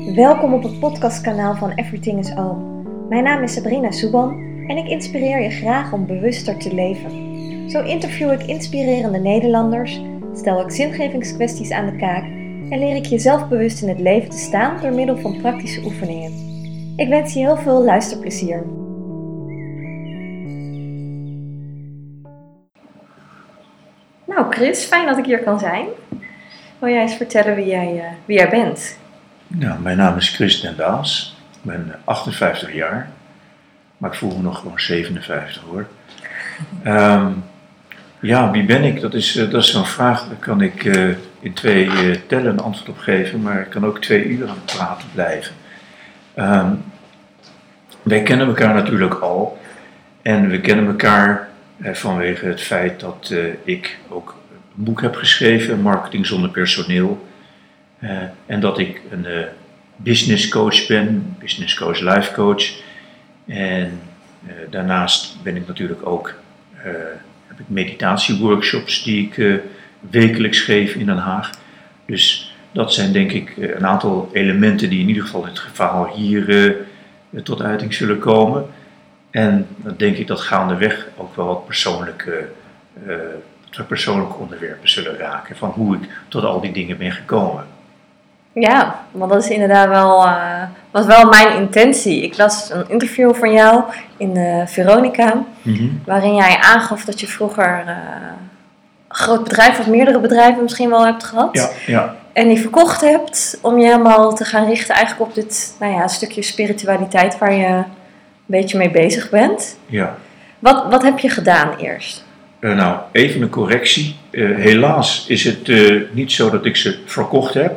Welkom op het podcastkanaal van Everything is All. Mijn naam is Sabrina Soeban en ik inspireer je graag om bewuster te leven. Zo interview ik inspirerende Nederlanders, stel ik zingevingskwesties aan de kaak en leer ik je zelfbewust in het leven te staan door middel van praktische oefeningen. Ik wens je heel veel luisterplezier. Nou Chris, fijn dat ik hier kan zijn. Wil jij eens vertellen wie jij bent? Nou, mijn naam is Chris Den Daas. Ik ben 58 jaar, maar ik voel me nog gewoon 57 hoor. Wie ben ik? Dat is zo'n vraag, daar kan ik in 2 tellen een antwoord op geven, maar ik kan ook 2 uur aan het praten blijven. Wij kennen elkaar natuurlijk al en we kennen elkaar vanwege het feit dat ik ook een boek heb geschreven, Marketing zonder personeel. En dat ik een business coach ben, business coach, life coach. En daarnaast ben ik natuurlijk ook, heb ik meditatieworkshops die ik wekelijks geef in Den Haag. Dus dat zijn denk ik een aantal elementen die in ieder geval in het verhaal hier tot uiting zullen komen. En dan denk ik dat gaandeweg ook wel wat persoonlijke onderwerpen zullen raken. Van hoe ik tot al die dingen ben gekomen. Ja, want dat is inderdaad was wel mijn intentie. Ik las een interview van jou in Veronica, waarin jij aangaf dat je vroeger een groot bedrijf of meerdere bedrijven misschien wel hebt gehad. Ja. En die verkocht hebt om je helemaal te gaan richten eigenlijk op dit stukje spiritualiteit waar je een beetje mee bezig bent. Ja. Wat heb je gedaan eerst? Even een correctie. Helaas is het niet zo dat ik ze verkocht heb.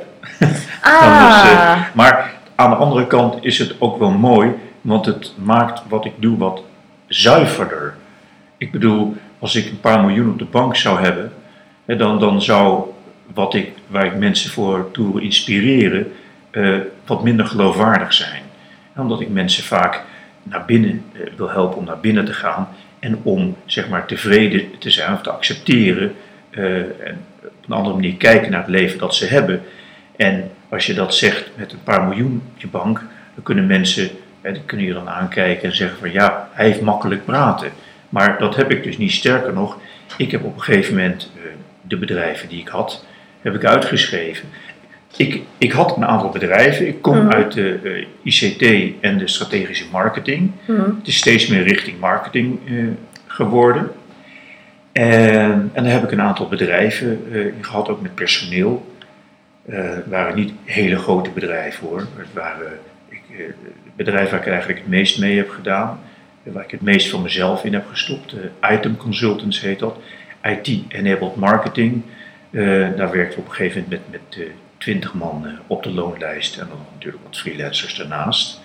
Maar aan de andere kant is het ook wel mooi, want het maakt wat ik doe wat zuiverder. Ik bedoel, als ik een paar miljoen op de bank zou hebben, dan zou waar ik mensen voor toe wil inspireren, wat minder geloofwaardig zijn. Omdat ik mensen vaak naar binnen wil helpen om naar binnen te gaan en om zeg maar tevreden te zijn of te accepteren en op een andere manier kijken naar het leven dat ze hebben. En als je dat zegt met een paar miljoen op je bank, dan kunnen mensen, die kunnen je dan aankijken en zeggen van ja, hij heeft makkelijk praten. Maar dat heb ik dus niet. Sterker nog, ik heb op een gegeven moment de bedrijven die ik had, heb ik uitgeschreven. Ik had een aantal bedrijven, ik kom uit de ICT en de strategische marketing. Het is steeds meer richting marketing geworden. En daar heb ik een aantal bedrijven gehad, ook met personeel. Het waren niet hele grote bedrijven hoor. Het waren bedrijven waar ik eigenlijk het meest mee heb gedaan. Waar ik het meest van mezelf in heb gestopt. Item Consultants heet dat. IT-enabled marketing. Daar werkte ik op een gegeven moment met 20 man op de loonlijst. En dan natuurlijk wat freelancers daarnaast.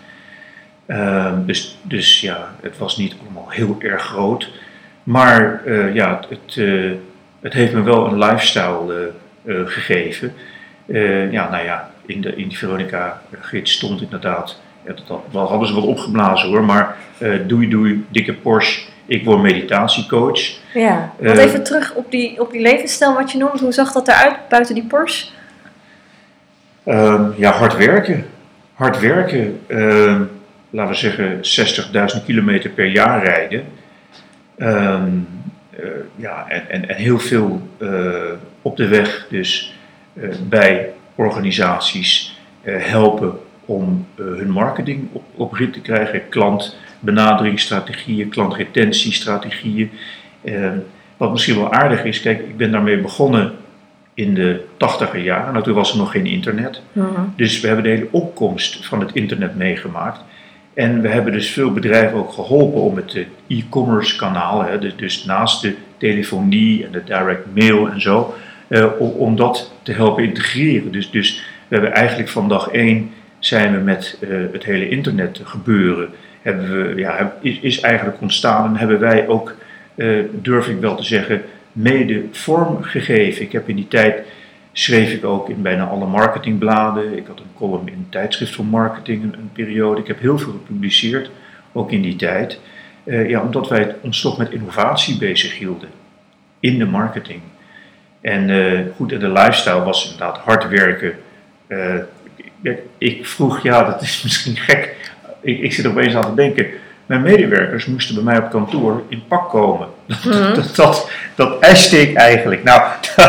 Dus ja, het was niet allemaal heel erg groot. Maar het heeft me wel een lifestyle gegeven. In die Veronica-gids stond inderdaad, wel hadden ze wat opgeblazen hoor, maar doei, dikke Porsche, ik word meditatiecoach. Ja, want even terug op die levensstijl wat je noemt, hoe zag dat eruit buiten die Porsche? Hard werken. Laten we zeggen 60.000 kilometer per jaar rijden. En heel veel op de weg dus bij organisaties helpen om hun marketing op rit te krijgen, klantbenaderingsstrategieën, klantretentiestrategieën. Wat misschien wel aardig is, kijk, ik ben daarmee begonnen in de 80er jaren, nou, toen was er nog geen internet. Dus we hebben de hele opkomst van het internet meegemaakt. En we hebben dus veel bedrijven ook geholpen om het e-commerce kanaal, dus naast de telefonie en de direct mail en zo, om dat te helpen integreren. Dus we hebben eigenlijk van dag 1 zijn we met het hele internet gebeuren, is eigenlijk ontstaan en hebben wij ook, durf ik wel te zeggen, mede vorm gegeven. Ik heb in die tijd, schreef ik ook in bijna alle marketingbladen. Ik had een column in het tijdschrift voor marketing een periode. Ik heb heel veel gepubliceerd, ook in die tijd. Omdat wij ons toch met innovatie bezig hielden in de marketing. En en de lifestyle was inderdaad hard werken. ik vroeg, dat is misschien gek, ik zit er opeens aan te denken, mijn medewerkers moesten bij mij op kantoor in pak komen. Dat eiste ik eigenlijk. Nou,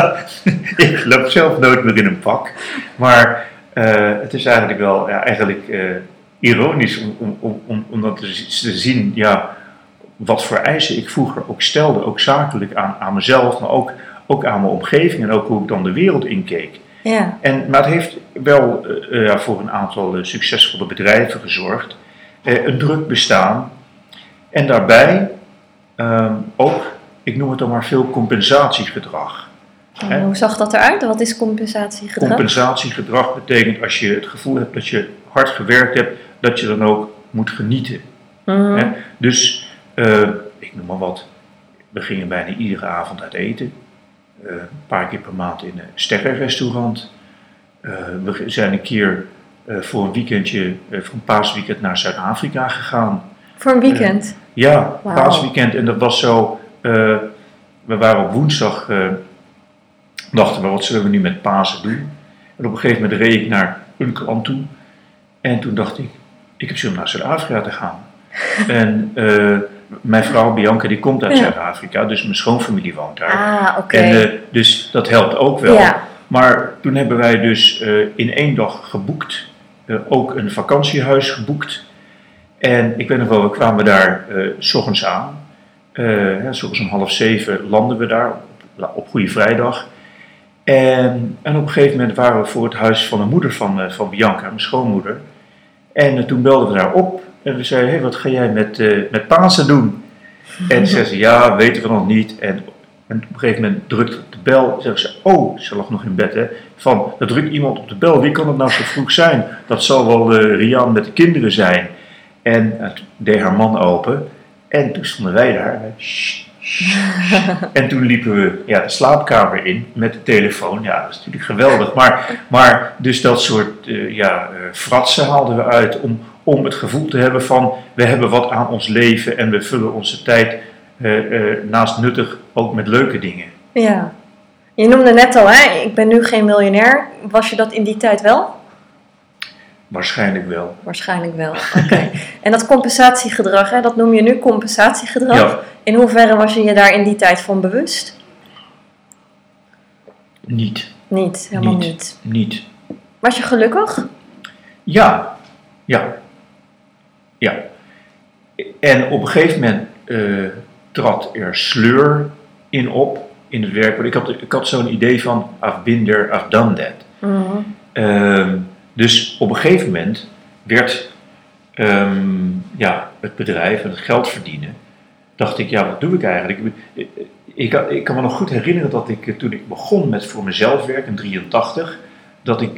ik loop zelf nooit meer in een pak, maar het is eigenlijk wel ironisch om dat te zien, wat voor eisen ik vroeger ook stelde, ook zakelijk aan mezelf, maar ook aan mijn omgeving en ook hoe ik dan de wereld inkeek. Ja. Maar het heeft wel voor een aantal succesvolle bedrijven gezorgd. Een druk bestaan. En daarbij ook, ik noem het dan maar, veel compensatiegedrag. En hoe zag dat eruit? Wat is compensatiegedrag? Compensatiegedrag betekent als je het gevoel hebt dat je hard gewerkt hebt, dat je dan ook moet genieten. Mm-hmm. Dus, ik noem maar wat, we gingen bijna iedere avond uit eten. Een paar keer per maand in een sterrenrestaurant. We zijn een keer voor een weekendje, voor een paasweekend naar Zuid-Afrika gegaan. Voor een weekend? Ja, wow. Paasweekend. En dat was zo, we waren op woensdag, dachten we, wat zullen we nu met Pasen doen? En op een gegeven moment reed ik naar een klant toe. En toen dacht ik heb zin om naar Zuid-Afrika te gaan. En mijn vrouw Bianca, die komt uit Zuid-Afrika, dus mijn schoonfamilie woont daar. Ah, okay. En dus dat helpt ook wel. Ja. Maar toen hebben wij dus in 1 dag geboekt, ook een vakantiehuis geboekt. En ik weet nog wel, we kwamen daar 's ochtends aan. 's ochtends om 6:30 landen we daar, op Goede Vrijdag. En op een gegeven moment waren we voor het huis van de moeder van Bianca, mijn schoonmoeder. En toen belden we daar op. En we zeiden, wat ga jij met Pasen doen? En ze zei, weten we nog niet. En op een gegeven moment drukt op de bel. Zeggen ze, ze lag nog in bed. Hè, er drukt iemand op de bel. Wie kan het nou zo vroeg zijn? Dat zal wel Rian met de kinderen zijn. En toen deed haar man open. En toen stonden wij daar. En toen liepen we de slaapkamer in met de telefoon. Ja, dat is natuurlijk geweldig. Maar dus dat soort fratsen haalden we uit om het gevoel te hebben van, we hebben wat aan ons leven en we vullen onze tijd naast nuttig ook met leuke dingen. Ja, je noemde net al, ik ben nu geen miljonair. Was je dat in die tijd wel? Waarschijnlijk wel. Waarschijnlijk wel, oké. En dat compensatiegedrag, dat noem je nu compensatiegedrag. Ja. In hoeverre was je daar in die tijd van bewust? Niet. Niet, helemaal niet. Niet. Was je gelukkig? Ja. En op een gegeven moment trad er sleur in het werk. Want ik had zo'n idee van, I've been there, I've done that. Mm-hmm. Dus op een gegeven moment werd het bedrijf en het geld verdienen, dacht ik, wat doe ik eigenlijk? Ik kan me nog goed herinneren dat ik, toen ik begon met voor mezelf werk in 83, dat ik,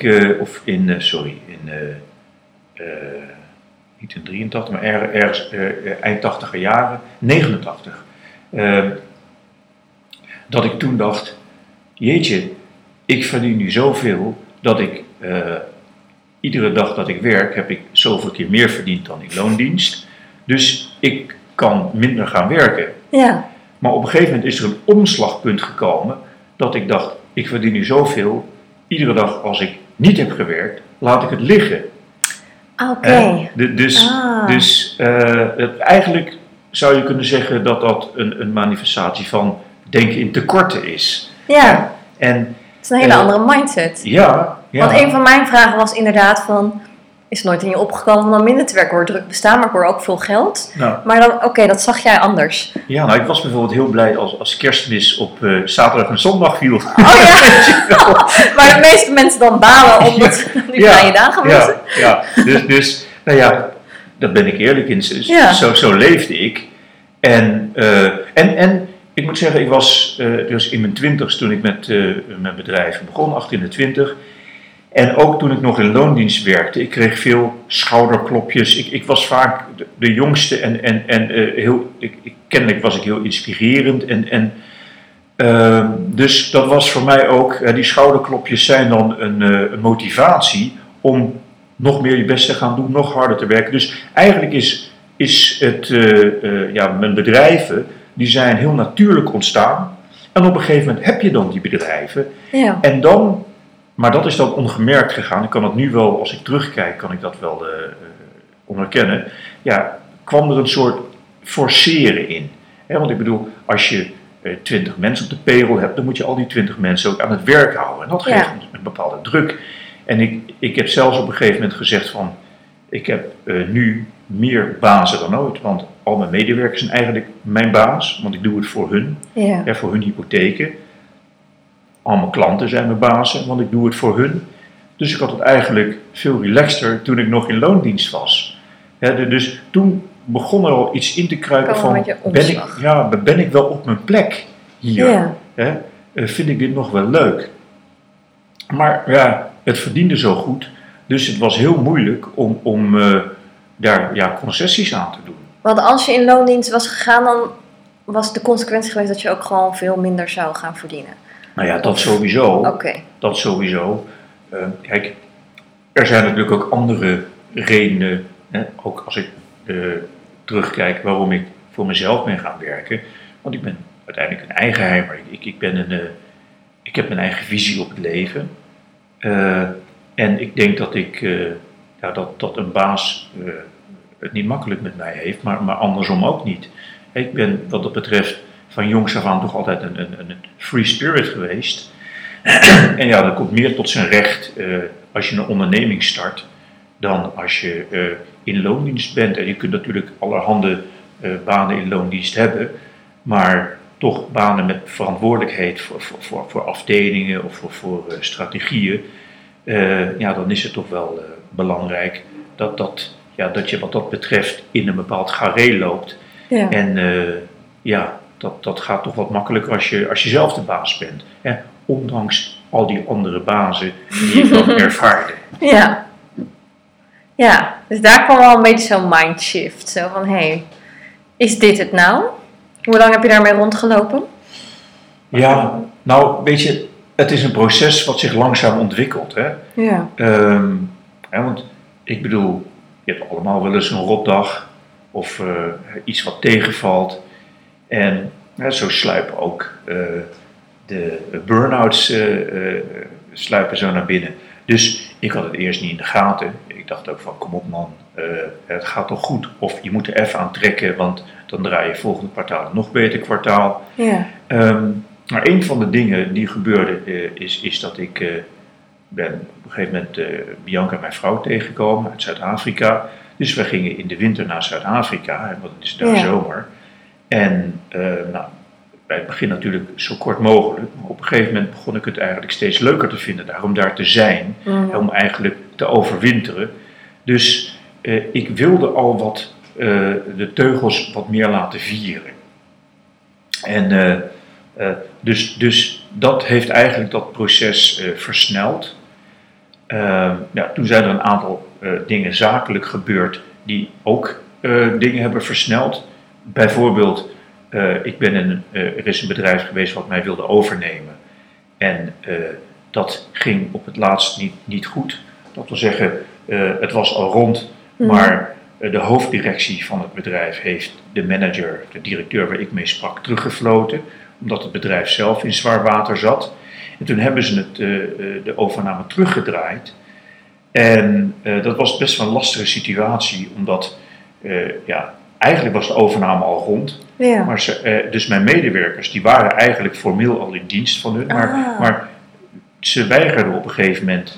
niet in 83, maar ergens eind 80er jaren, 89, dat ik toen dacht, jeetje, ik verdien nu zoveel dat ik iedere dag dat ik werk, heb ik zoveel keer meer verdiend dan in loondienst. Dus ik kan minder gaan werken. Ja. Maar op een gegeven moment is er een omslagpunt gekomen dat ik dacht, ik verdien nu zoveel, iedere dag als ik niet heb gewerkt, laat ik het liggen. Oké. Dus eigenlijk zou je kunnen zeggen dat dat een manifestatie van denken in tekorten is. Ja. En het is een hele andere mindset. Ja. Want een van mijn vragen was inderdaad van, is nooit in je opgekomen om dan minder te werken? Ik hoor druk bestaan, maar ik hoor ook veel geld. Nou. Maar dan, dat zag jij anders. Ja, ik was bijvoorbeeld heel blij als Kerstmis op zaterdag en zondag viel. Oh ja, waar de meeste mensen dan balen omdat die vrije dagen moeten. Ja, dus daar ben ik eerlijk in. Zo leefde ik. En ik moet zeggen, ik was dus in mijn 20's toen ik met mijn bedrijf begon, 28. En ook toen ik nog in loondienst werkte, ik kreeg veel schouderklopjes. Ik was vaak de jongste en kennelijk was ik heel inspirerend. Dus dat was voor mij ook, die schouderklopjes zijn dan een motivatie om nog meer je best te gaan doen, nog harder te werken. Dus eigenlijk is het, mijn bedrijven, die zijn heel natuurlijk ontstaan. En op een gegeven moment heb je dan die bedrijven. Ja. En dan Maar dat is dan ongemerkt gegaan. Ik kan het nu wel, als ik terugkijk, kan ik dat wel onderkennen. Ja, kwam er een soort forceren in. Want ik bedoel, als je 20 mensen op de payroll hebt, dan moet je al die 20 mensen ook aan het werk houden. En dat geeft een bepaalde druk. En ik heb zelfs op een gegeven moment gezegd van, ik heb nu meer bazen dan ooit. Want al mijn medewerkers zijn eigenlijk mijn baas, want ik doe het voor hun. Voor hun hypotheken. Al mijn klanten zijn mijn bazen, want ik doe het voor hun. Dus ik had het eigenlijk veel relaxter toen ik nog in loondienst was. Dus toen begon er al iets in te kruipen van, ben ik wel op mijn plek hier? Vind ik dit nog wel leuk? Maar ja, het verdiende zo goed, dus het was heel moeilijk om daar concessies aan te doen. Want als je in loondienst was gegaan, dan was de consequentie geweest dat je ook gewoon veel minder zou gaan verdienen. Nou ja, dat sowieso. Okay. Dat sowieso. Kijk, er zijn natuurlijk ook andere redenen, ook als ik terugkijk waarom ik voor mezelf ben gaan werken. Want ik ben uiteindelijk een eigenheimer. Ik heb mijn eigen visie op het leven. En ik denk dat dat een baas het niet makkelijk met mij heeft, maar andersom ook niet. Ik ben wat dat betreft van jongs af aan toch altijd een free spirit geweest. En ja, dat komt meer tot zijn recht als je een onderneming start dan als je in loondienst bent. En je kunt natuurlijk allerhande banen in loondienst hebben, maar toch banen met verantwoordelijkheid voor afdelingen of voor strategieën. Dan is het toch wel belangrijk dat je wat dat betreft in een bepaald gareel loopt. Ja. En dat gaat toch wat makkelijker als je zelf de baas bent. Ondanks al die andere bazen die je dan ervaarde. Ja, dus daar kwam wel een beetje zo'n mindshift. Zo van, is dit het nou? Hoe lang heb je daarmee rondgelopen? Ja, nou weet je, het is een proces wat zich langzaam ontwikkelt. Ja. Want ik bedoel, je hebt allemaal wel eens een rotdag of iets wat tegenvalt. En zo sluipen ook de burn-outs sluipen zo naar binnen. Dus ik had het eerst niet in de gaten. Ik dacht ook van, kom op man, het gaat toch goed. Of je moet er even aan trekken, want dan draai je volgende kwartaal een nog beter kwartaal. Ja. Maar een van de dingen die gebeurde is dat ik ben op een gegeven moment Bianca, mijn vrouw, tegengekomen uit Zuid-Afrika. Dus we gingen in de winter naar Zuid-Afrika, want het is daar zomer. En bij het begin natuurlijk zo kort mogelijk. Maar op een gegeven moment begon ik het eigenlijk steeds leuker te vinden daar, om daar te zijn. Mm-hmm. Om eigenlijk te overwinteren. Dus ik wilde al wat de teugels wat meer laten vieren. En dus dat heeft eigenlijk dat proces versneld. Toen zijn er een aantal dingen zakelijk gebeurd die ook dingen hebben versneld. Bijvoorbeeld, er is een bedrijf geweest wat mij wilde overnemen. En dat ging op het laatst niet goed. Dat wil zeggen, het was al rond, maar de hoofddirectie van het bedrijf heeft de manager, de directeur waar ik mee sprak, teruggefloten. Omdat het bedrijf zelf in zwaar water zat. En toen hebben ze de overname teruggedraaid. En dat was best wel een lastige situatie, omdat eigenlijk was de overname al rond. Ja. Maar dus mijn medewerkers, die waren eigenlijk formeel al in dienst van hun. Maar ze weigerden op een gegeven moment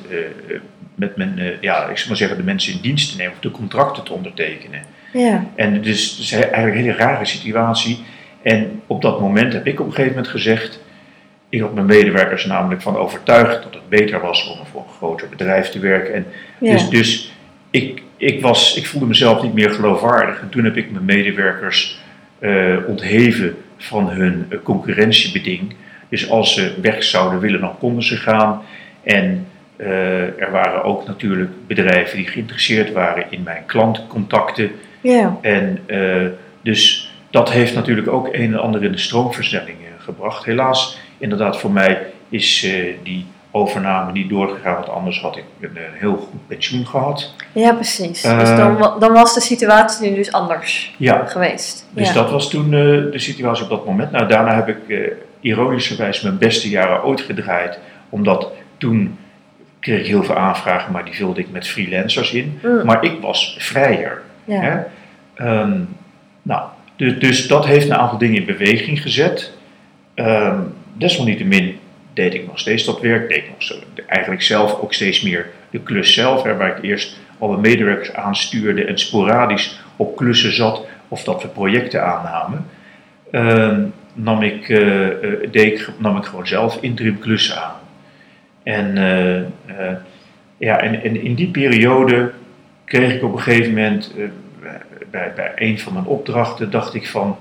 ik zou maar zeggen, de mensen in dienst te nemen of de contracten te ondertekenen. Ja. En dus het is eigenlijk een hele rare situatie. En op dat moment heb ik op een gegeven moment gezegd, ik had mijn medewerkers namelijk van overtuigd dat het beter was om voor een groter bedrijf te werken. En dus ik voelde mezelf niet meer geloofwaardig. En toen heb ik mijn medewerkers ontheven van hun concurrentiebeding. Dus als ze weg zouden willen, dan konden ze gaan. En er waren ook natuurlijk bedrijven die geïnteresseerd waren in mijn klantcontacten. Ja. En dus dat heeft natuurlijk ook een en ander in de stroomversnelling gebracht. Helaas, inderdaad, voor mij is die overname niet doorgegaan, want anders had ik een heel goed pensioen gehad. Ja, precies. Dus dan was de situatie nu dus anders geweest. Dus dat was toen de situatie op dat moment. Nou, daarna heb ik ironischerwijs mijn beste jaren ooit gedraaid, omdat toen kreeg ik heel veel aanvragen, maar die vulde ik met freelancers in. Maar ik was vrijer. Ja. Hè? Dus dat heeft een aantal dingen in beweging gezet. Desalniettemin deed ik nog steeds dat werk. Deed ik eigenlijk zelf ook steeds meer de klus zelf. Waar ik eerst alle medewerkers aanstuurde en sporadisch op klussen zat. Of dat we projecten aannamen. Nam ik gewoon zelf interim klussen aan. En in die periode kreeg ik op een gegeven moment, bij een van mijn opdrachten, dacht ik van,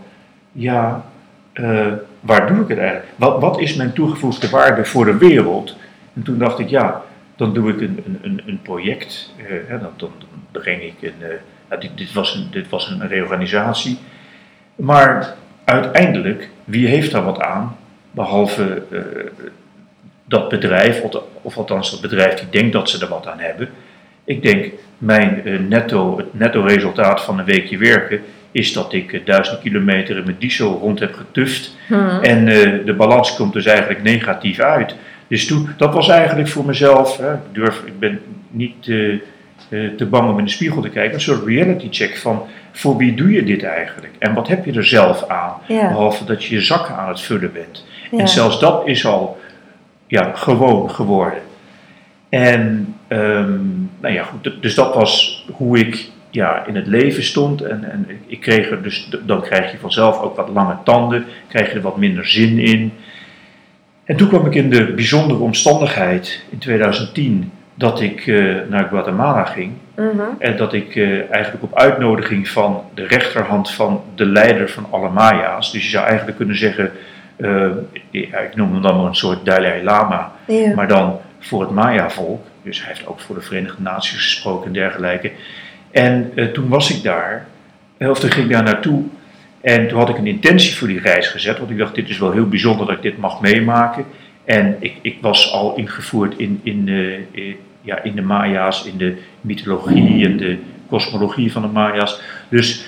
waar doe ik het eigenlijk? Wat is mijn toegevoegde waarde voor de wereld? En toen dacht ik, dan doe ik een project. Dan breng ik dit was een reorganisatie. Maar uiteindelijk, wie heeft daar wat aan? Behalve dat bedrijf, of althans dat bedrijf die denkt dat ze er wat aan hebben. Ik denk, het netto resultaat van een weekje werken is dat ik 1000 kilometer in mijn diesel rond heb getuft. En de balans komt dus eigenlijk negatief uit. Dus dat was eigenlijk voor mezelf, ik ben niet te bang om in de spiegel te kijken, een soort reality check van, voor wie doe je dit eigenlijk? En wat heb je er zelf aan? Ja. Behalve dat je je zakken aan het vullen bent. Ja. En zelfs dat is al gewoon geworden. En dus dat was hoe ik in het leven stond. En ik kreeg er dus, dan krijg je vanzelf ook wat lange tanden, krijg je er wat minder zin in. En toen kwam ik in de bijzondere omstandigheid in 2010 dat ik naar Guatemala ging. En dat ik eigenlijk op uitnodiging van de rechterhand van de leider van alle Maya's, dus je zou eigenlijk kunnen zeggen, ik noem hem dan maar een soort Dalai Lama, maar dan voor het Maya-volk. Dus hij heeft ook voor de Verenigde Naties gesproken en dergelijke. En toen was ik daar, toen ging ik daar naartoe. En toen had ik een intentie voor die reis gezet, want ik dacht, dit is wel heel bijzonder dat ik dit mag meemaken. En ik was al ingevoerd in de Maya's, in de mythologie en de kosmologie van de Maya's. Dus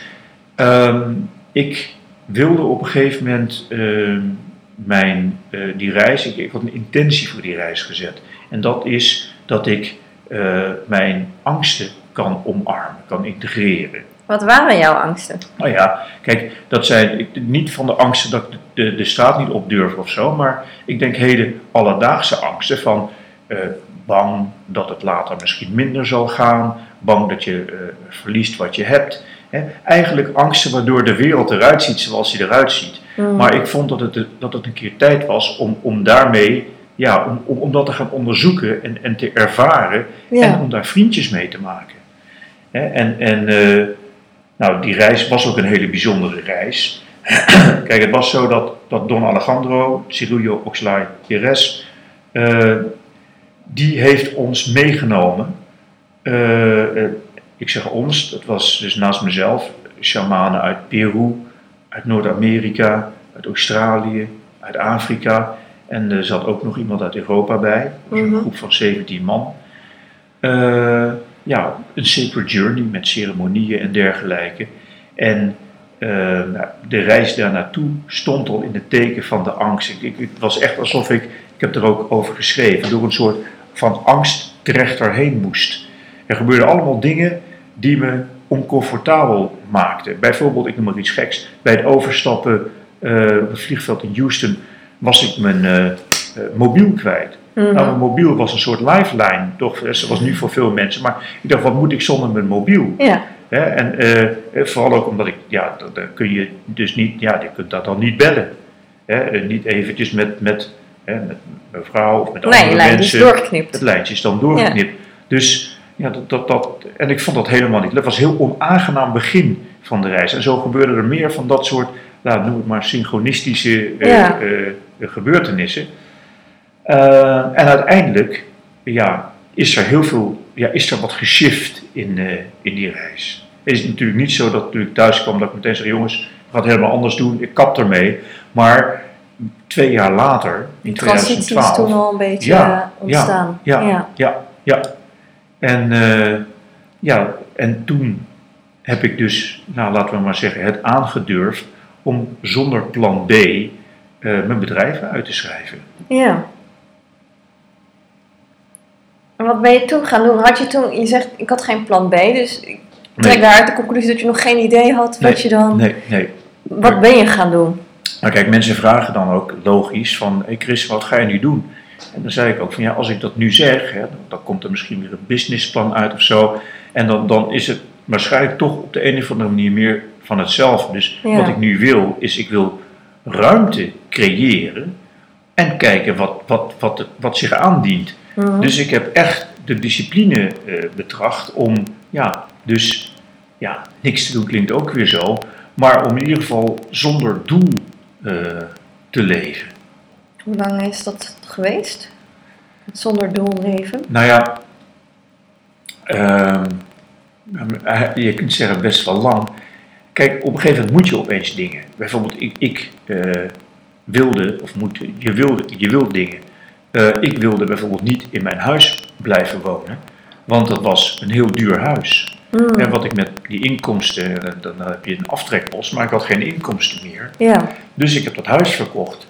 ik wilde op een gegeven moment die reis, ik had een intentie voor die reis gezet. En dat is dat ik mijn angsten kan omarmen, kan integreren. Wat waren jouw angsten? Nou ja, kijk, dat zijn niet van de angsten dat ik de straat niet op durf of zo, maar ik denk hele alledaagse angsten van bang dat het later misschien minder zal gaan, bang dat je verliest wat je hebt. Hè. Eigenlijk angsten waardoor de wereld eruit ziet zoals die eruit ziet. Maar ik vond dat het een keer tijd was om daarmee, om dat te gaan onderzoeken en te ervaren en om daar vriendjes mee te maken. Hè. Die reis was ook een hele bijzondere reis. Kijk, het was zo dat Don Alejandro, Cirulo Oxlade Perez, die heeft ons meegenomen. Ik zeg ons, dat was dus naast mezelf, shamanen uit Peru, uit Noord-Amerika, uit Australië, uit Afrika. En er zat ook nog iemand uit Europa bij, dus een groep van 17 man. Een sacred journey met ceremonieën en dergelijke. En de reis daar naartoe stond al in het teken van de angst. Het was echt alsof ik heb er ook over geschreven, door een soort van angst terecht erheen moest. Er gebeurden allemaal dingen die me oncomfortabel maakten. Bijvoorbeeld, ik noem maar iets geks, bij het overstappen op het vliegveld in Houston was ik mijn mobiel kwijt. Nou, mijn mobiel was een soort lifeline, toch? Dat was nu voor veel mensen, maar ik dacht, wat moet ik zonder mijn mobiel? Ja. En vooral ook omdat dan kun je dus niet, je kunt dat dan niet bellen. Niet eventjes met mevrouw of met andere mensen. Het lijntje is dan doorgeknipt. Ja. Dus en ik vond dat helemaal niet. Dat was een heel onaangenaam begin van de reis. En zo gebeurde er meer van dat soort, noem het maar synchronistische gebeurtenissen. En uiteindelijk is er heel veel, is er wat geshift in die reis. Het is natuurlijk niet zo dat toen ik thuis kwam dat ik meteen zei, jongens, we gaan het helemaal anders doen, ik kap ermee. Maar 2 jaar later, in 2012... transitie is toen al een beetje ontstaan. Ja. En toen heb ik dus, laten we maar zeggen, het aangedurfd om zonder plan B mijn bedrijven uit te schrijven. Ja. En wat ben je toen gaan doen? Had je toen, je zegt, ik had geen plan B, dus ik trek daaruit de conclusie dat je nog geen idee had wat je dan... Nee. Wat ben je gaan doen? Nou kijk, mensen vragen dan ook logisch van, hey Chris, wat ga je nu doen? En dan zei ik ook van, ja, als ik dat nu zeg, hè, dan komt er misschien weer een businessplan uit of zo. En dan is het waarschijnlijk toch op de een of andere manier meer van hetzelfde. Dus wat ik nu wil, is ik wil ruimte creëren en kijken wat zich aandient. Mm-hmm. Dus ik heb echt de discipline betracht om, niks te doen klinkt ook weer zo, maar om in ieder geval zonder doel te leven. Hoe lang is dat geweest? Het zonder doel leven? Nou ja, je kunt zeggen best wel lang. Kijk, op een gegeven moment moet je opeens dingen. Bijvoorbeeld, ik wilde, of moet, je wilt dingen. Ik wilde bijvoorbeeld niet in mijn huis blijven wonen, want dat was een heel duur huis. En wat ik met die inkomsten, dan heb je een aftrekpost, maar ik had geen inkomsten meer. Ja. Dus ik heb dat huis verkocht.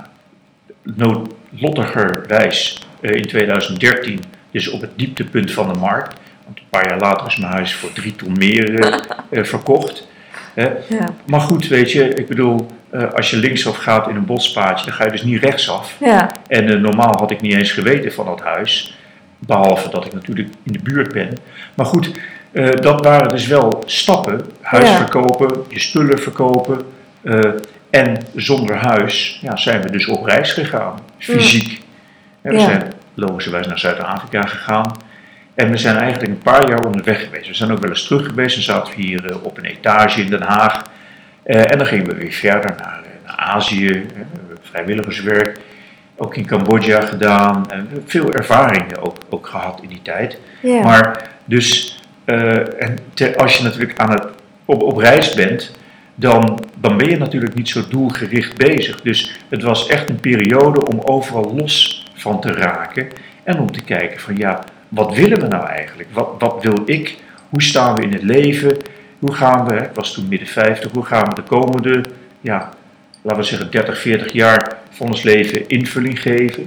Noodlottigerwijs in 2013, dus op het dieptepunt van de markt. Want een paar jaar later is mijn huis voor 3 ton meer verkocht. Ja. Maar goed, weet je, ik bedoel, als je linksaf gaat in een bospaadje, dan ga je dus niet rechtsaf. Ja. En normaal had ik niet eens geweten van dat huis, behalve dat ik natuurlijk in de buurt ben. Maar goed, dat waren dus wel stappen. Huis verkopen, je spullen verkopen. En zonder huis zijn we dus op reis gegaan, fysiek. We zijn logischerwijs naar Zuid-Afrika gegaan. En we zijn eigenlijk een paar jaar onderweg geweest. We zijn ook wel eens terug geweest en zaten we hier op een etage in Den Haag. En dan gingen we weer verder naar Azië, vrijwilligerswerk. Ook in Cambodja gedaan. En veel ervaringen ook gehad in die tijd. Ja. Maar dus, als je natuurlijk op reis bent, dan ben je natuurlijk niet zo doelgericht bezig. Dus het was echt een periode om overal los van te raken. En om te kijken van wat willen we nou eigenlijk? Wat wil ik? Hoe staan we in het leven? Hoe gaan we, ik was toen midden 50, hoe gaan we de komende, laten we zeggen 30, 40 jaar van ons leven invulling geven?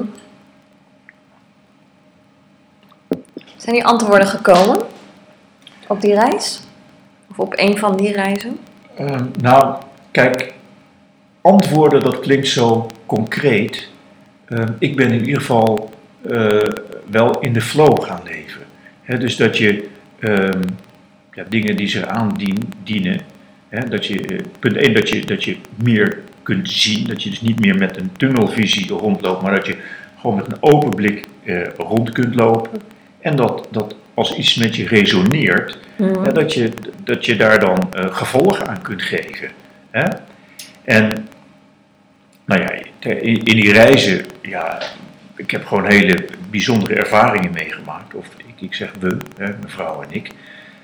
Zijn die antwoorden gekomen op die reis? Of op een van die reizen? Nou, kijk, antwoorden, dat klinkt zo concreet. Ik ben in ieder geval wel in de flow gaan leven. Dus dat je dingen die zich aandienen, dat je, punt 1, dat je meer kunt zien, dat je dus niet meer met een tunnelvisie rondloopt, maar dat je gewoon met een open blik rond kunt lopen. En dat als iets met je resoneert, dat je daar dan gevolgen aan kunt geven. En nou ja, in die reizen, ik heb gewoon hele bijzondere ervaringen meegemaakt. Of ik zeg we, mijn vrouw en ik.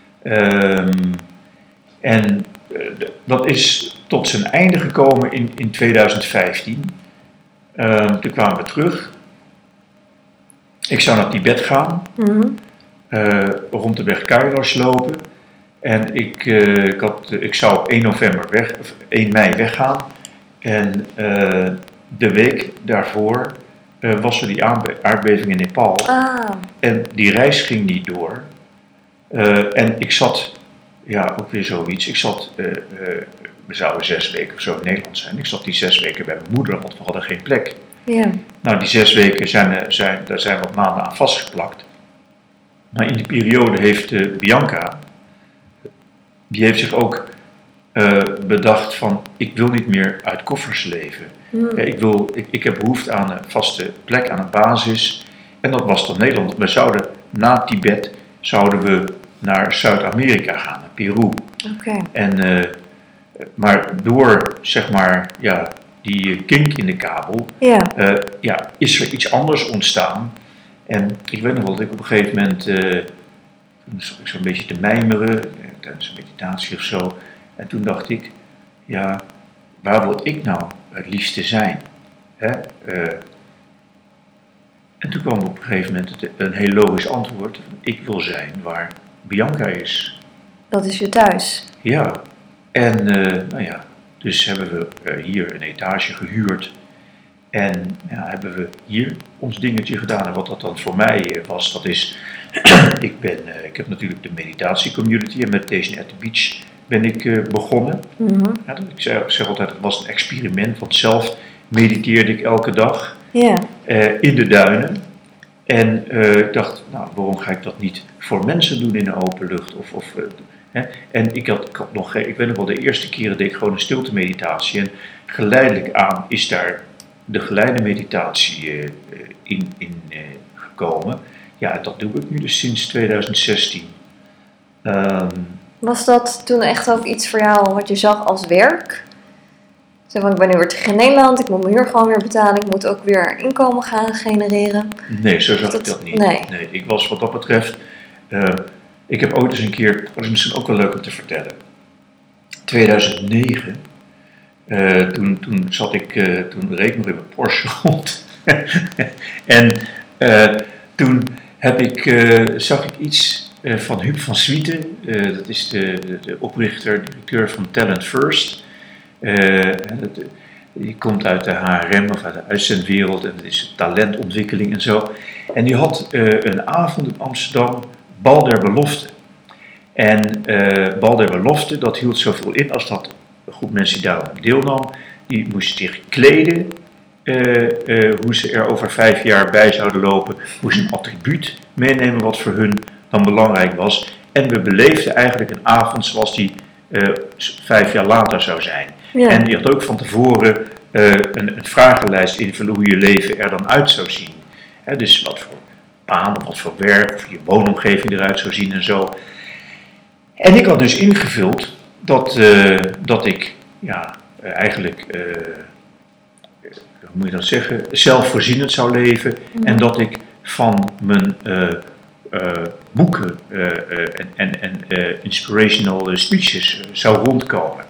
Dat is tot zijn einde gekomen in 2015. Toen kwamen we terug. Ik zou naar Tibet gaan. Rond de weg Kailash lopen. En ik zou op 1 mei weggaan. En de week daarvoor was er die aardbeving in Nepal. En die reis ging niet door. En ik zat, ook weer zoiets. We zouden 6 weken of zo in Nederland zijn. Ik zat die 6 weken bij mijn moeder, want we hadden geen plek. Ja. Nou, die 6 weken daar zijn wat maanden aan vastgeplakt. Maar in die periode heeft Bianca, die heeft zich ook bedacht van, ik wil niet meer uit koffers leven. Ik heb behoefte aan een vaste plek, aan een basis. En dat was dan Nederland. We zouden na Tibet naar Zuid-Amerika gaan, naar Peru. Okay. Maar door, zeg maar, die kink in de kabel, is er iets anders ontstaan. En ik weet nog wel dat ik op een gegeven moment, zo'n beetje te mijmeren, tijdens een meditatie of zo. En toen dacht ik, waar wil ik nou het liefste zijn? En toen kwam op een gegeven moment een heel logisch antwoord. Ik wil zijn waar Bianca is. Dat is je thuis? Ja. En dus hebben we hier een etage gehuurd. En ja, hebben we hier ons dingetje gedaan. En wat dat dan voor mij was, dat is, ik heb natuurlijk de meditatiecommunity en Meditation at the Beach ben ik begonnen. Mhm. Ja, ik zeg altijd, het was een experiment, want zelf mediteerde ik elke dag Ja. in de duinen. En ik dacht, nou, waarom ga ik dat niet voor mensen doen in de open lucht? En ik weet nog wel, de eerste keren deed ik gewoon een stilte meditatie. En geleidelijk aan is daar de geleide meditatie in gekomen. Ja, dat doe ik nu dus sinds 2016. Was dat toen echt ook iets voor jou wat je zag als werk? Zo van, ik ben nu weer terug in Nederland, ik moet mijn huur gewoon weer betalen, ik moet ook weer inkomen gaan genereren. Nee, zo zag ik dat niet. Nee. Ik was wat dat betreft, ik heb ooit eens een keer, dat is misschien ook wel leuk om te vertellen. 2009, toen reed ik nog in mijn Porsche rond. En toen zag ik iets van Huub van Swieten, dat is de oprichter, directeur van Talent First. Die komt uit de HRM of uit de uitzendwereld en dat is talentontwikkeling en zo. En die had een avond in Amsterdam, Bal der Belofte. En Bal der Belofte, dat hield zoveel in als dat een groep mensen die daarop deelnam, die moesten zich kleden, hoe ze er over 5 jaar bij zouden lopen, moesten een attribuut meenemen wat voor hun dan belangrijk was. En we beleefden eigenlijk een avond zoals die 5 jaar later zou zijn. Ja. En die had ook van tevoren een vragenlijst invullen hoe je leven er dan uit zou zien. Dus wat voor baan, of wat voor werk, of je woonomgeving eruit zou zien en zo. En ik had dus ingevuld dat ik eigenlijk, hoe moet je dat zeggen, zelfvoorzienend zou leven. Mhm. En dat ik van mijn boeken en inspirational speeches zou rondkomen.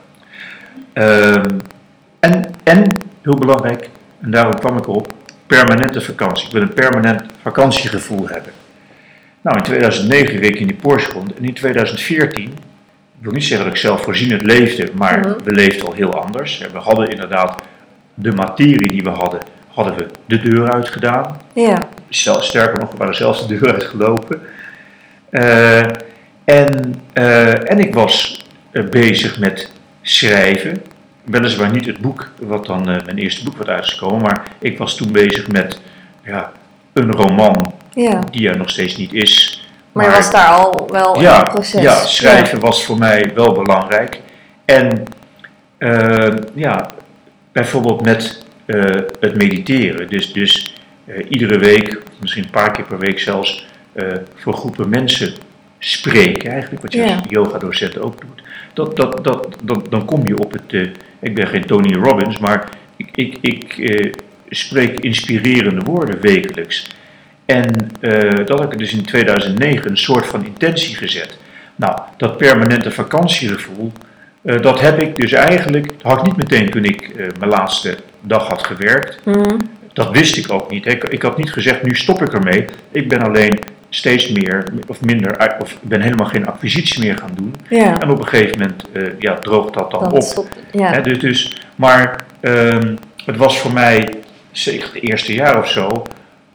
En heel belangrijk, en daarom kwam ik op, permanente vakantie. Ik wil een permanent vakantiegevoel hebben. Nou, in 2009 reed ik in die Porsche rond en in 2014, ik wil niet zeggen dat ik zelfvoorzienend leefde, maar we leefden al heel anders. We hadden inderdaad de materie die we hadden we de deur uitgedaan. Ja. Sterker nog, we waren zelfs de deur uitgelopen. En ik was bezig met schrijven. Weliswaar niet het boek, wat dan mijn eerste boek was uitgekomen, maar ik was toen bezig met een roman die er nog steeds niet is. Maar je was daar al wel in het proces. Ja, schrijven was voor mij wel belangrijk. En bijvoorbeeld met het mediteren. Dus iedere week, of misschien een paar keer per week zelfs, voor groepen mensen spreken. Eigenlijk wat je als yoga-docent ook doet. Dan kom je op het... ik ben geen Tony Robbins, maar ik spreek inspirerende woorden wekelijks. En dat heb ik dus in 2009 een soort van intentie gezet. Nou, dat permanente vakantiegevoel, dat heb ik dus eigenlijk... Dat had ik niet meteen toen ik mijn laatste dag had gewerkt. Mm. Dat wist ik ook niet. Ik had niet gezegd, nu stop ik ermee. Ik ben alleen steeds meer of minder, of ik ben helemaal geen acquisitie meer gaan doen. Ja. En op een gegeven moment droogt dat dan op. Ja. Maar het was voor mij, zeker het eerste jaar of zo,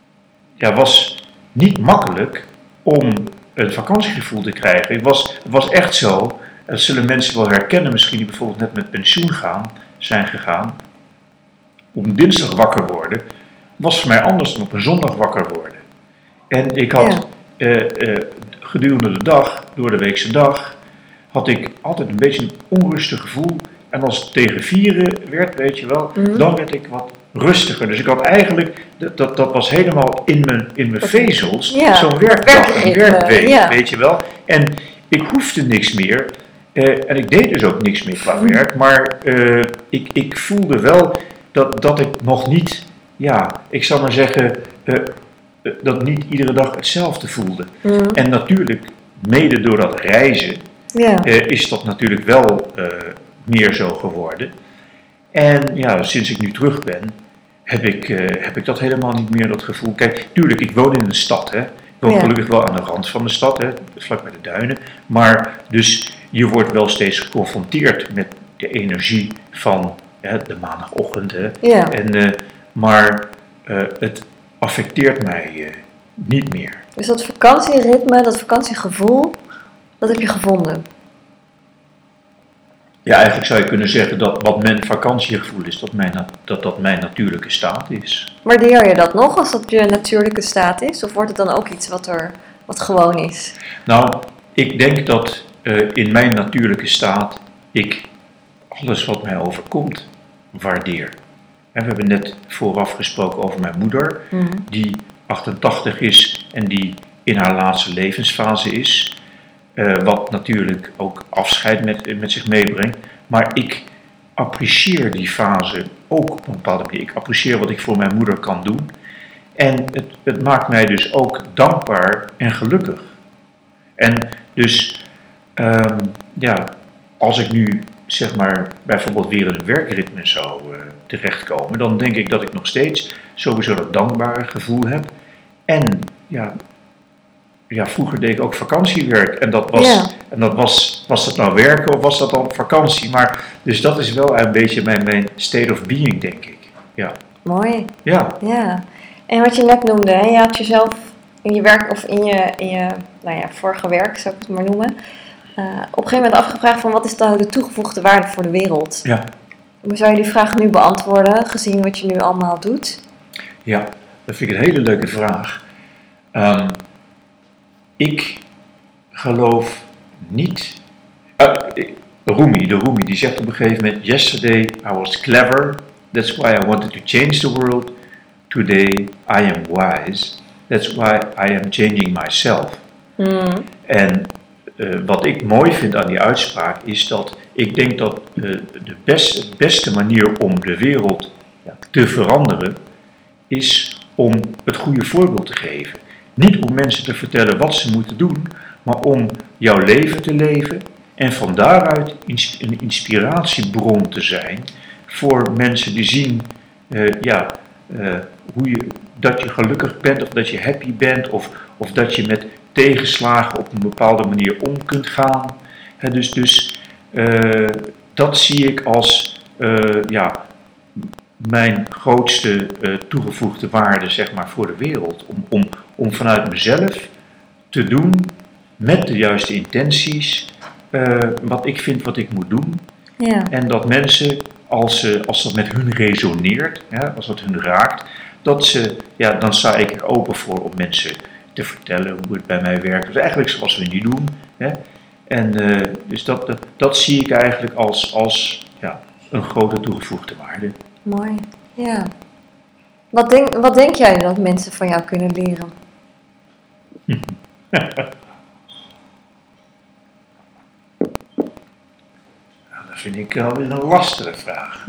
was niet makkelijk om een vakantiegevoel te krijgen. Het was echt zo, dat zullen mensen wel herkennen misschien die bijvoorbeeld net met pensioen zijn gegaan. Op een dinsdag wakker worden, was voor mij anders dan op een zondag wakker worden. En ik had gedurende de dag, door de weekse dag, had ik altijd een beetje een onrustig gevoel. En als het tegen 4 werd, weet je wel, dan werd ik wat rustiger. Dus ik had eigenlijk, dat was helemaal in mijn vezels, zo'n werkdag, een werkweek, weet je wel. En ik hoefde niks meer. En ik deed dus ook niks meer qua werk. Maar ik voelde wel dat ik nog niet, ik zal maar zeggen, dat niet iedere dag hetzelfde voelde. En natuurlijk, mede door dat reizen, is dat natuurlijk wel meer zo geworden. En sinds ik nu terug ben, heb ik dat helemaal niet meer, dat gevoel. Kijk, tuurlijk, ik woon in een stad, hè. Ik woon gelukkig wel aan de rand van de stad, hè, vlak bij de duinen. Maar dus je wordt wel steeds geconfronteerd met de energie van de maandagochtend. Hè. Ja. En maar het affecteert mij niet meer. Dus dat vakantieritme, dat vakantiegevoel, dat heb je gevonden? Ja, eigenlijk zou je kunnen zeggen dat wat mijn vakantiegevoel is, dat mijn natuurlijke staat is. Waardeer je dat nog als dat je natuurlijke staat is? Of wordt het dan ook iets wat gewoon is? Nou, ik denk dat in mijn natuurlijke staat ik alles wat mij overkomt waardeer. En we hebben net vooraf gesproken over mijn moeder, die 88 is en die in haar laatste levensfase is. Wat natuurlijk ook afscheid met zich meebrengt. Maar ik apprecieer die fase ook op een bepaalde manier. Ik apprecieer wat ik voor mijn moeder kan doen. En het maakt mij dus ook dankbaar en gelukkig. En dus, als ik nu zeg maar bijvoorbeeld weer in een werkritme zou terechtkomen, dan denk ik dat ik nog steeds sowieso dat dankbare gevoel heb. En vroeger deed ik ook vakantiewerk en was dat nou werken of was dat dan vakantie? Maar dus dat is wel een beetje mijn state of being, denk ik. Ja. Mooi. Ja. En wat je net noemde, hè, je had jezelf in je werk of in je vorige werk, zou ik het maar noemen, op een gegeven moment afgevraagd van wat is nou de toegevoegde waarde voor de wereld? Ja. Hoe zou je die vraag nu beantwoorden, gezien wat je nu allemaal doet? Ja, dat vind ik een hele leuke vraag. Ik geloof niet. Rumi, die zegt op een gegeven moment: Yesterday I was clever, that's why I wanted to change the world. Today I am wise, that's why I am changing myself. En wat ik mooi vind aan die uitspraak is dat ik denk dat de beste manier om de wereld te veranderen is om het goede voorbeeld te geven. Niet om mensen te vertellen wat ze moeten doen, maar om jouw leven te leven en van daaruit een inspiratiebron te zijn voor mensen die zien dat je gelukkig bent of dat je happy bent of dat je met tegenslagen op een bepaalde manier om kunt gaan. Dus dat zie ik als mijn grootste toegevoegde waarde zeg maar, voor de wereld. Om vanuit mezelf te doen met de juiste intenties wat ik vind wat ik moet doen. Ja. En dat mensen, als dat met hun resoneert, als dat hun raakt, dan sta ik er open voor om mensen te vertellen hoe het bij mij werkt. Dus eigenlijk zoals we nu doen. En dus dat zie ik eigenlijk als een grote toegevoegde waarde. Mooi, ja. Wat denk jij dat mensen van jou kunnen leren? Dat vind ik wel een lastige vraag.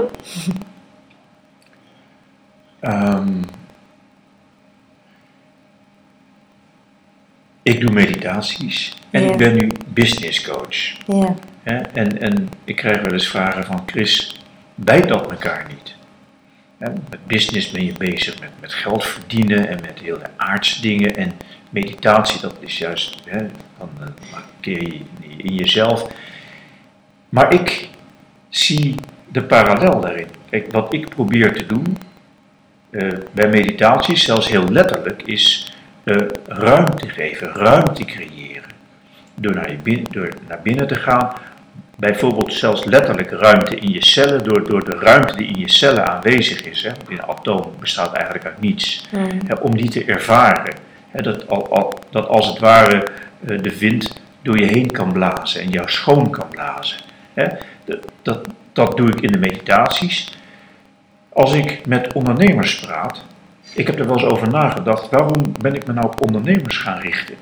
Ik doe meditaties en ik ben nu business coach. Ja. En ik krijg wel eens vragen van Chris, bijt dat elkaar niet? Met business ben je bezig met geld verdienen en met heel de aardse dingen en meditatie, dat is juist dan keer je in jezelf. Maar ik zie de parallel daarin. Kijk, wat ik probeer te doen bij meditatie, zelfs heel letterlijk, is ruimte geven, ruimte creëren. Door naar binnen te gaan, bijvoorbeeld zelfs letterlijk ruimte in je cellen, door de ruimte die in je cellen aanwezig is. In een atoom bestaat eigenlijk uit niets. Om die te ervaren. Dat als het ware de wind door je heen kan blazen en jou schoon kan blazen. Dat doe ik in de meditaties. Als ik met ondernemers praat, ik heb er wel eens over nagedacht, waarom ben ik me nou op ondernemers gaan richten?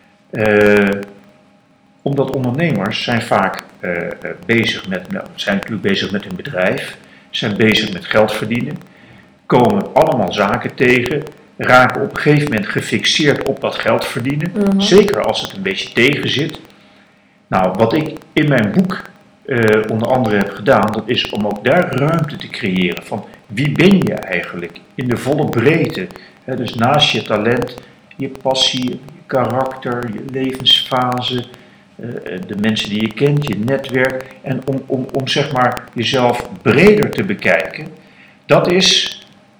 Omdat ondernemers zijn vaak zijn natuurlijk bezig met hun bedrijf, zijn bezig met geld verdienen, komen allemaal zaken tegen, raken op een gegeven moment gefixeerd op dat geld verdienen, zeker als het een beetje tegen zit. Nou, wat ik in mijn boek onder andere heb gedaan, dat is om ook daar ruimte te creëren van wie ben je eigenlijk in de volle breedte. Dus naast je talent, je passie, je karakter, je levensfase, de mensen die je kent, je netwerk. En om zeg maar jezelf breder te bekijken, dat is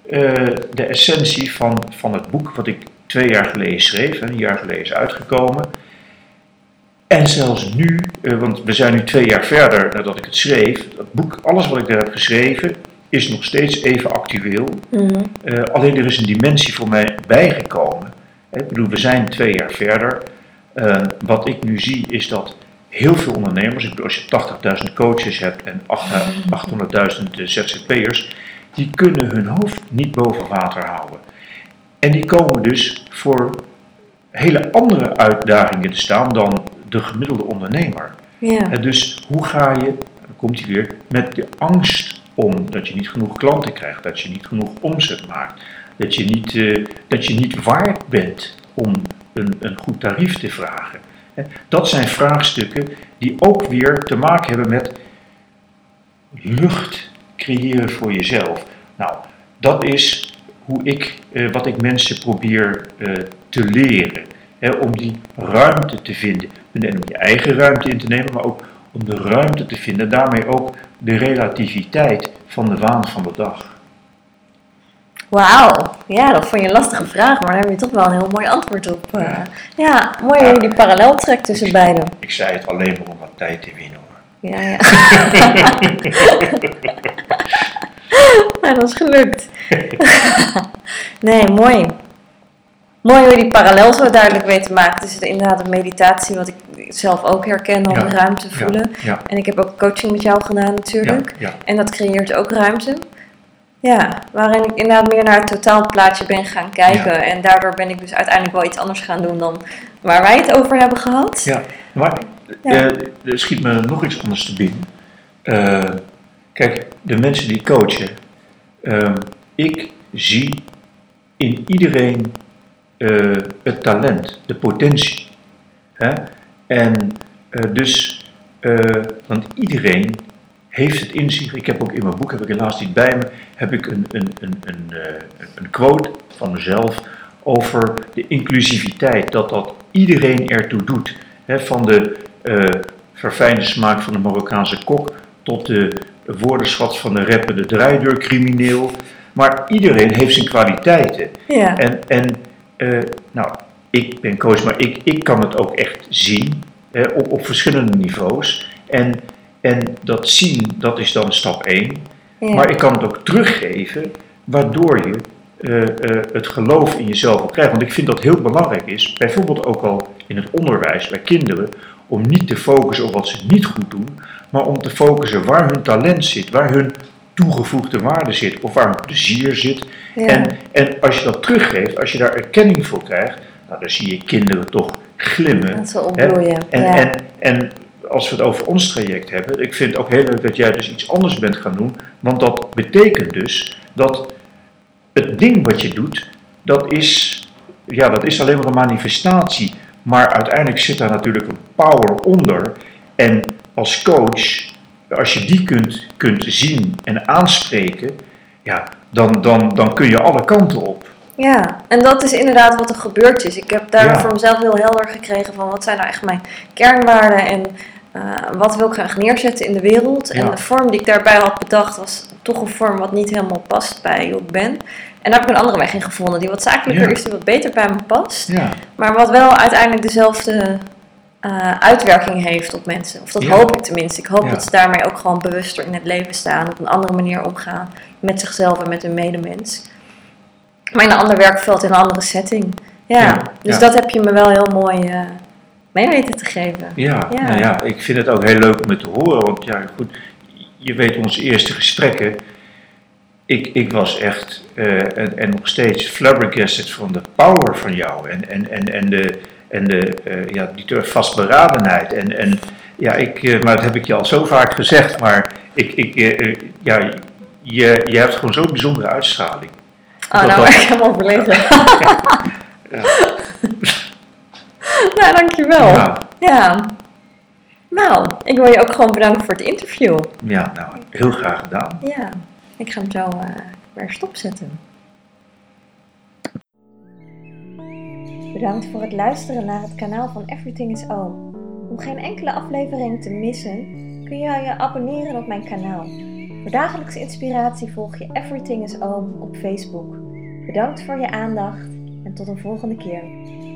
de essentie van het boek wat ik 2 jaar geleden schreef. Een jaar geleden is uitgekomen. En zelfs nu, want we zijn nu 2 jaar verder nadat ik het schreef. Het boek, alles wat ik daar heb geschreven, is nog steeds even actueel. Mm-hmm. Alleen er is een dimensie voor mij bijgekomen. Ik bedoel, we zijn 2 jaar verder. Wat ik nu zie is dat heel veel ondernemers, ik bedoel, als je 80.000 coaches hebt en 800.000 ZZP'ers, die kunnen hun hoofd niet boven water houden. En die komen dus voor hele andere uitdagingen te staan dan de gemiddelde ondernemer. Ja. Dus hoe ga je, dan komt hij weer, met de angst om dat je niet genoeg klanten krijgt, dat je niet genoeg omzet maakt, dat je niet waard bent om een goed tarief te vragen. Dat zijn vraagstukken die ook weer te maken hebben met lucht creëren voor jezelf. Nou, dat is wat ik mensen probeer te leren. Om die ruimte te vinden. En om je eigen ruimte in te nemen, maar ook om de ruimte te vinden. Daarmee ook de relativiteit van de waan van de dag. Wauw, ja, dat vond je een lastige vraag, maar daar heb je toch wel een heel mooi antwoord op. Ja, mooi hoe je die parallel trekt tussen beiden. Ik zei het alleen maar om wat tijd te winnen, hoor. Ja. Nou, dat is gelukt. Nee, mooi. Mooi hoe je die parallel zo duidelijk weet te maken tussen inderdaad de meditatie, wat ik zelf ook herken, al de ruimte voelen. Ja. En ik heb ook coaching met jou gedaan natuurlijk. Ja. En dat creëert ook ruimte. Ja, waarin ik inderdaad meer naar het totaalplaatje ben gaan kijken. Ja. En daardoor ben ik dus uiteindelijk wel iets anders gaan doen dan waar wij het over hebben gehad. Ja, maar er schiet me nog iets anders te binnen. Kijk, de mensen die coachen, ik zie in iedereen het talent, de potentie. Hè? En want iedereen heeft het in zich. Ik heb ook in mijn boek, heb ik helaas niet bij me, heb ik een quote van mezelf over de inclusiviteit, dat iedereen ertoe doet. Hè? Van de verfijnde smaak van de Marokkaanse kok tot de woordenschat van de rapper, de draaideurcrimineel. Maar iedereen heeft zijn kwaliteiten. Ja. Nou, ik ben coach, maar ik kan het ook echt zien op verschillende niveaus. En dat zien, dat is dan stap 1. Ja. Maar ik kan het ook teruggeven, waardoor je het geloof in jezelf ook krijgt. Want ik vind dat heel belangrijk is, bijvoorbeeld ook al in het onderwijs bij kinderen, om niet te focussen op wat ze niet goed doen, maar om te focussen waar hun talent zit, waar hun toegevoegde waarde zit of waar hun plezier zit. Ja. En als je dat teruggeeft, als je daar erkenning voor krijgt, nou, dan zie je kinderen toch glimmen. Dat zal opbloeien. En als we het over ons traject hebben, ik vind het ook heel leuk dat jij dus iets anders bent gaan doen, want dat betekent dus dat het ding wat je doet, dat is alleen maar een manifestatie, maar uiteindelijk zit daar natuurlijk een power onder. En als coach, als je die kunt zien en aanspreken, ja, dan kun je alle kanten op. Ja, en dat is inderdaad wat er gebeurd is. Ik heb daar voor mezelf heel helder gekregen van wat zijn nou echt mijn kernwaarden en wat wil ik graag neerzetten in de wereld. Ja. En de vorm die ik daarbij had bedacht was toch een vorm wat niet helemaal past bij hoe ik ben. En daar heb ik een andere weg in gevonden die wat zakelijker is, die wat beter bij me past. Ja. Maar wat wel uiteindelijk dezelfde uitwerking heeft op mensen. Of dat hoop ik tenminste. Ik hoop dat ze daarmee ook gewoon bewuster in het leven staan. Op een andere manier omgaan met zichzelf en met hun medemens. Maar in een ander werkveld, in een andere setting. Dus dat heb je me wel heel mooi mee weten te geven. Nou ja, ik vind het ook heel leuk om het te horen. Want ja, goed, je weet onze eerste gesprekken. Ik was echt en nog steeds flabbergasted van de power van jou. Die vastberadenheid. Maar dat heb ik je al zo vaak gezegd. Maar je hebt gewoon zo'n bijzondere uitstraling. Oh, nou ben ik helemaal verlegen. Nou, dankjewel. Ja. Nou, ik wil je ook gewoon bedanken voor het interview. Ja, nou, heel graag gedaan. Ja, ik ga hem zo weer stopzetten. Bedankt voor het luisteren naar het kanaal van Everything is Oom. Om geen enkele aflevering te missen, kun je je abonneren op mijn kanaal. Voor dagelijkse inspiratie volg je Everything is Oom op Facebook. Bedankt voor je aandacht en tot een volgende keer.